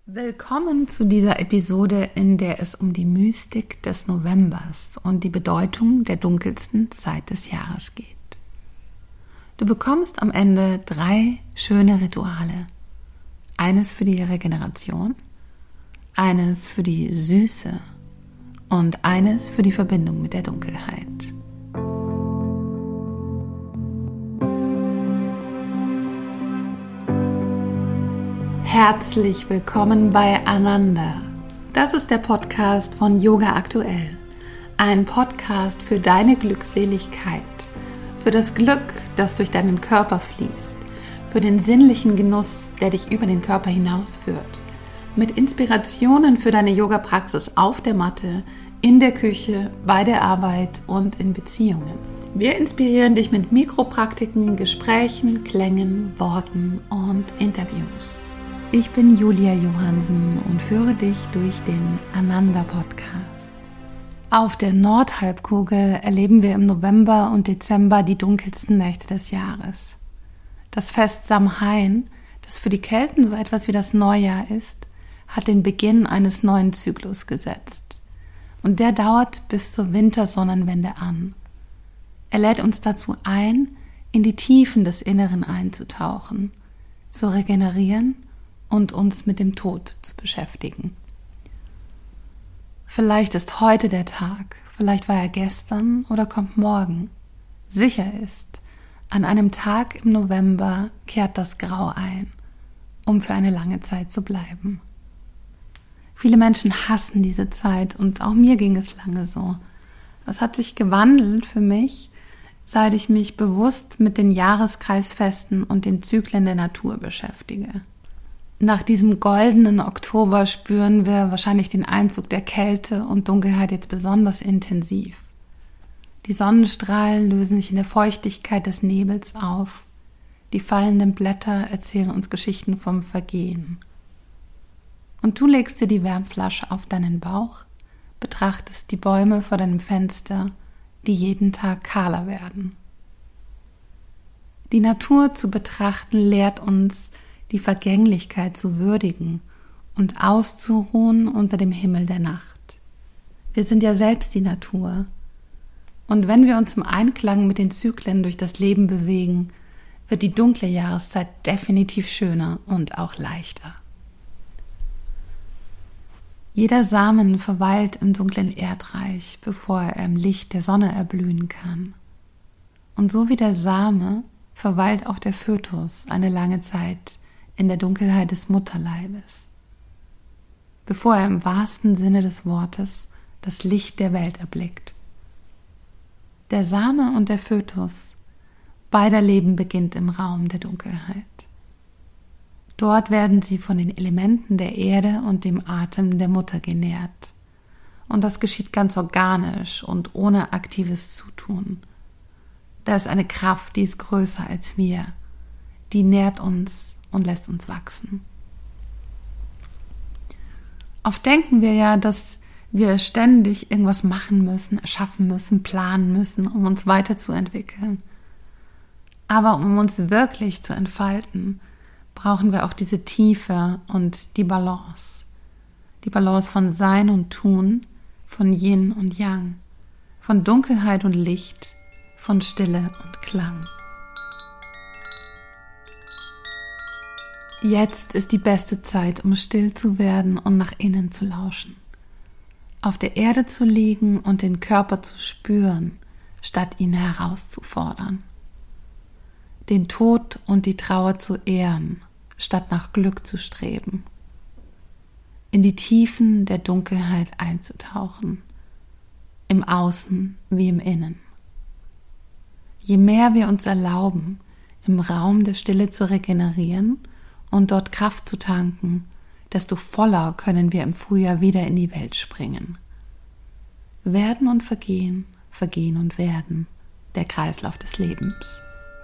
Willkommen zu dieser Episode, in der es um die Mystik des Novembers und die Bedeutung der dunkelsten Zeit des Jahres geht. Du bekommst am Ende 3 schöne Rituale. Eines für die Regeneration, eines für die Süße und eines für die Verbindung mit der Dunkelheit. Herzlich willkommen bei Ananda. Das ist der Podcast von Yoga Aktuell. Ein Podcast für deine Glückseligkeit, für das Glück, das durch deinen Körper fließt, für den sinnlichen Genuss, der dich über den Körper hinausführt, mit Inspirationen für deine Yoga-Praxis auf der Matte, in der Küche, bei der Arbeit und in Beziehungen. Wir inspirieren dich mit Mikropraktiken, Gesprächen, Klängen, Worten und Interviews. Ich bin Julia Johansen und führe dich durch den Ananda-Podcast. Auf der Nordhalbkugel erleben wir im November und Dezember die dunkelsten Nächte des Jahres. Das Fest Samhain, das für die Kelten so etwas wie das Neujahr ist, hat den Beginn eines neuen Zyklus gesetzt. Und der dauert bis zur Wintersonnenwende an. Er lädt uns dazu ein, in die Tiefen des Inneren einzutauchen, zu regenerieren und uns mit dem Tod zu beschäftigen. Vielleicht ist heute der Tag, vielleicht war er gestern oder kommt morgen. Sicher ist, an einem Tag im November kehrt das Grau ein, um für eine lange Zeit zu bleiben. Viele Menschen hassen diese Zeit und auch mir ging es lange so. Es hat sich gewandelt für mich, seit ich mich bewusst mit den Jahreskreisfesten und den Zyklen der Natur beschäftige. Nach diesem goldenen Oktober spüren wir wahrscheinlich den Einzug der Kälte und Dunkelheit jetzt besonders intensiv. Die Sonnenstrahlen lösen sich in der Feuchtigkeit des Nebels auf. Die fallenden Blätter erzählen uns Geschichten vom Vergehen. Und du legst dir die Wärmflasche auf deinen Bauch, betrachtest die Bäume vor deinem Fenster, die jeden Tag kahler werden. Die Natur zu betrachten lehrt uns, die Vergänglichkeit zu würdigen und auszuruhen unter dem Himmel der Nacht. Wir sind ja selbst die Natur. Und wenn wir uns im Einklang mit den Zyklen durch das Leben bewegen, wird die dunkle Jahreszeit definitiv schöner und auch leichter. Jeder Samen verweilt im dunklen Erdreich, bevor er im Licht der Sonne erblühen kann. Und so wie der Same verweilt auch der Fötus eine lange Zeit in der Dunkelheit des Mutterleibes, bevor er im wahrsten Sinne des Wortes das Licht der Welt erblickt. Der Same und der Fötus, beider Leben beginnt im Raum der Dunkelheit. Dort werden sie von den Elementen der Erde und dem Atem der Mutter genährt. Und das geschieht ganz organisch und ohne aktives Zutun. Da ist eine Kraft, die ist größer als wir, die nährt uns und lässt uns wachsen. Oft denken wir ja, dass wir ständig irgendwas machen müssen, erschaffen müssen, planen müssen, um uns weiterzuentwickeln. Aber um uns wirklich zu entfalten, brauchen wir auch diese Tiefe und die Balance. Die Balance von Sein und Tun, von Yin und Yang, von Dunkelheit und Licht, von Stille und Klang. Jetzt ist die beste Zeit, um still zu werden und nach innen zu lauschen. Auf der Erde zu liegen und den Körper zu spüren, statt ihn herauszufordern. Den Tod und die Trauer zu ehren, statt nach Glück zu streben. In die Tiefen der Dunkelheit einzutauchen, im Außen wie im Innen. Je mehr wir uns erlauben, im Raum der Stille zu regenerieren und dort Kraft zu tanken, desto voller können wir im Frühjahr wieder in die Welt springen. Werden und vergehen, vergehen und werden, der Kreislauf des Lebens.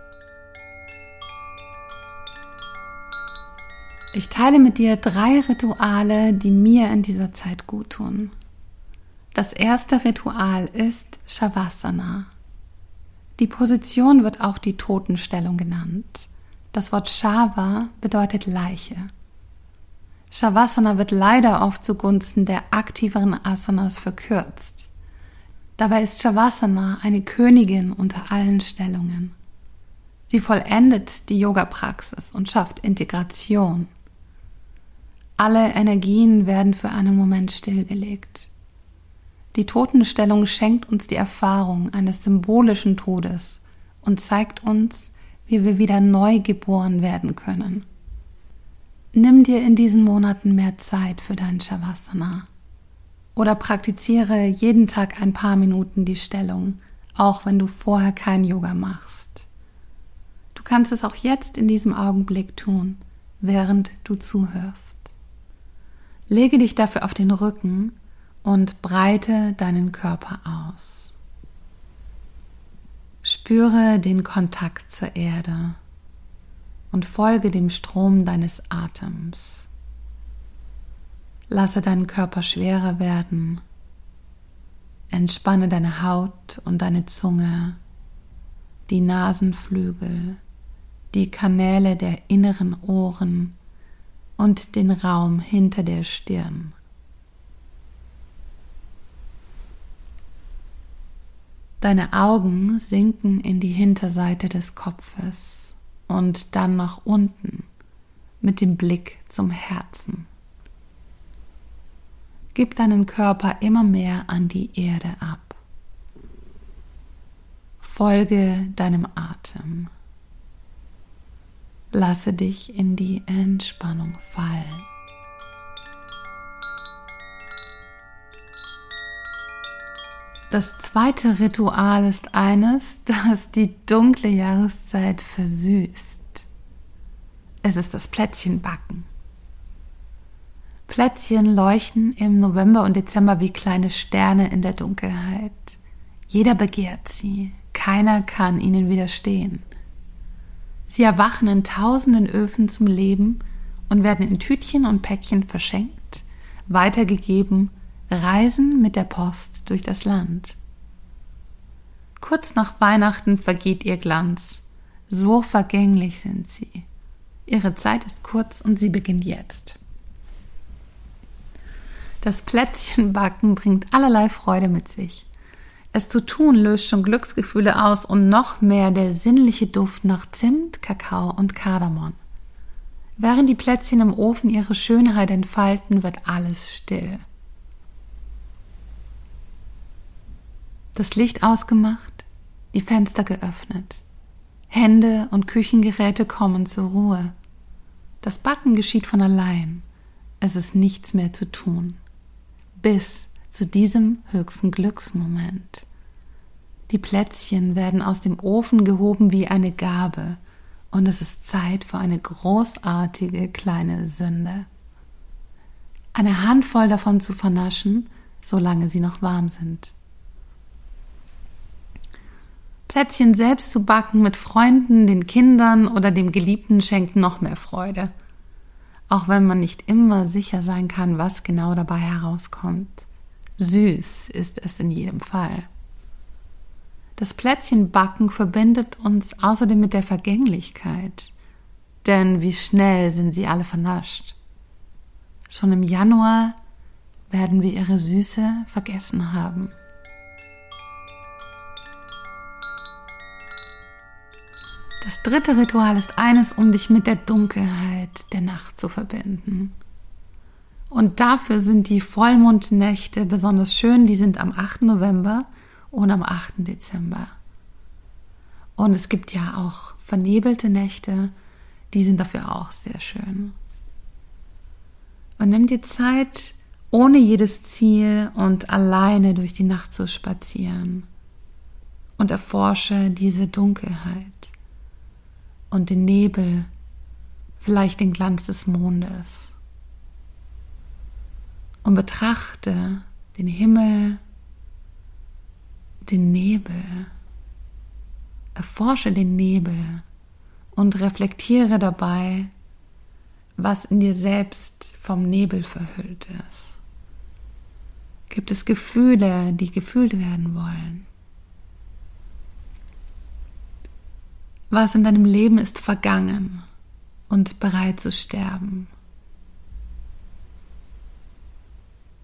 Ich teile mit dir 3 Rituale, die mir in dieser Zeit gut tun. Das erste Ritual ist Shavasana. Die Position wird auch die Totenstellung genannt. Das Wort Shava bedeutet Leiche. Shavasana wird leider oft zugunsten der aktiveren Asanas verkürzt. Dabei ist Shavasana eine Königin unter allen Stellungen. Sie vollendet die Yoga-Praxis und schafft Integration. Alle Energien werden für einen Moment stillgelegt. Die Totenstellung schenkt uns die Erfahrung eines symbolischen Todes und zeigt uns, wie wir wieder neu geboren werden können. Nimm dir in diesen Monaten mehr Zeit für dein Shavasana oder praktiziere jeden Tag ein paar Minuten die Stellung, auch wenn du vorher kein Yoga machst. Du kannst es auch jetzt in diesem Augenblick tun, während du zuhörst. Lege dich dafür auf den Rücken und breite deinen Körper aus. Spüre den Kontakt zur Erde und folge dem Strom deines Atems. Lasse deinen Körper schwerer werden. Entspanne deine Haut und deine Zunge, die Nasenflügel, die Kanäle der inneren Ohren und den Raum hinter der Stirn. Deine Augen sinken in die Hinterseite des Kopfes und dann nach unten mit dem Blick zum Herzen. Gib deinen Körper immer mehr an die Erde ab. Folge deinem Atem. Lasse dich in die Entspannung fallen. Das zweite Ritual ist eines, das die dunkle Jahreszeit versüßt. Es ist das Plätzchenbacken. Plätzchen leuchten im November und Dezember wie kleine Sterne in der Dunkelheit. Jeder begehrt sie, keiner kann ihnen widerstehen. Sie erwachen in tausenden Öfen zum Leben und werden in Tütchen und Päckchen verschenkt, weitergegeben, reisen mit der Post durch das Land. Kurz nach Weihnachten vergeht ihr Glanz, so vergänglich sind sie. Ihre Zeit ist kurz und sie beginnt jetzt. Das Plätzchenbacken bringt allerlei Freude mit sich. Es zu tun löst schon Glücksgefühle aus und noch mehr der sinnliche Duft nach Zimt, Kakao und Kardamom. Während die Plätzchen im Ofen ihre Schönheit entfalten, wird alles still. Das Licht ausgemacht, die Fenster geöffnet. Hände und Küchengeräte kommen zur Ruhe. Das Backen geschieht von allein. Es ist nichts mehr zu tun. Bis zu diesem höchsten Glücksmoment. Die Plätzchen werden aus dem Ofen gehoben wie eine Gabe und es ist Zeit für eine großartige kleine Sünde. Eine Handvoll davon zu vernaschen, solange sie noch warm sind. Plätzchen selbst zu backen mit Freunden, den Kindern oder dem Geliebten schenkt noch mehr Freude. Auch wenn man nicht immer sicher sein kann, was genau dabei herauskommt. Süß ist es in jedem Fall. Das Plätzchenbacken verbindet uns außerdem mit der Vergänglichkeit. Denn wie schnell sind sie alle vernascht. Schon im Januar werden wir ihre Süße vergessen haben. Das dritte Ritual ist eines, um dich mit der Dunkelheit der Nacht zu verbinden. Und dafür sind die Vollmondnächte besonders schön. Die sind am 8. November und am 8. Dezember. Und es gibt ja auch vernebelte Nächte, die sind dafür auch sehr schön. Und nimm dir Zeit, ohne jedes Ziel und alleine durch die Nacht zu spazieren. Und erforsche diese Dunkelheit und den Nebel, vielleicht den Glanz des Mondes. Und betrachte den Himmel, den Nebel. Erforsche den Nebel und reflektiere dabei, was in dir selbst vom Nebel verhüllt ist. Gibt es Gefühle, die gefühlt werden wollen? Was in deinem Leben ist vergangen und bereit zu sterben?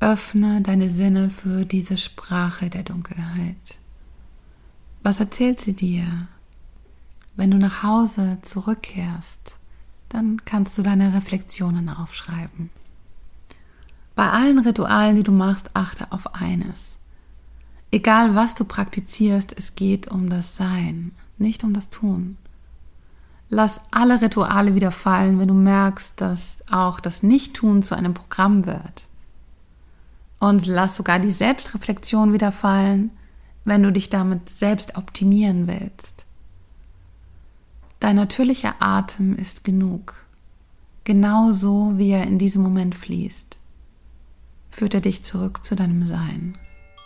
öffne deine Sinne für diese Sprache der Dunkelheit. Was erzählt sie dir? Wenn du nach Hause zurückkehrst, dann kannst du deine Reflexionen aufschreiben. Bei allen Ritualen, die du machst, achte auf eines. Egal was du praktizierst, es geht um das Sein, nicht um das Tun. Lass alle Rituale wieder fallen, wenn du merkst, dass auch das Nicht-Tun zu einem Programm wird. Und lass sogar die Selbstreflexion wieder fallen, wenn du dich damit selbst optimieren willst. Dein natürlicher Atem ist genug, genauso wie er in diesem Moment fließt. Führt er dich zurück zu deinem Sein.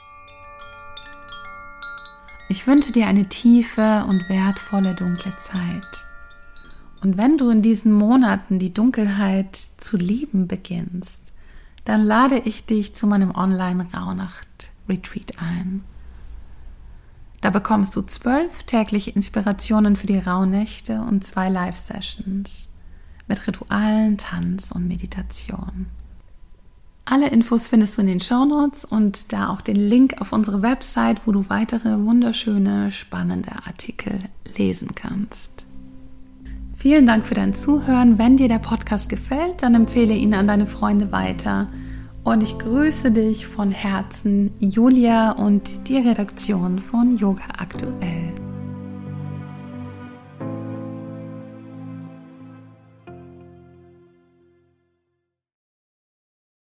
Ich wünsche dir eine tiefe und wertvolle dunkle Zeit. Und wenn du in diesen Monaten die Dunkelheit zu lieben beginnst, dann lade ich dich zu meinem Online-Rauhnacht-Retreat ein. Da bekommst du 12 tägliche Inspirationen für die Rauhnächte und 2 Live-Sessions mit Ritualen, Tanz und Meditation. Alle Infos findest du in den Shownotes und da auch den Link auf unsere Website, wo du weitere wunderschöne, spannende Artikel lesen kannst. Vielen Dank für dein Zuhören. Wenn dir der Podcast gefällt, dann empfehle ihn an deine Freunde weiter. Und ich grüße dich von Herzen, Julia und die Redaktion von Yoga Aktuell.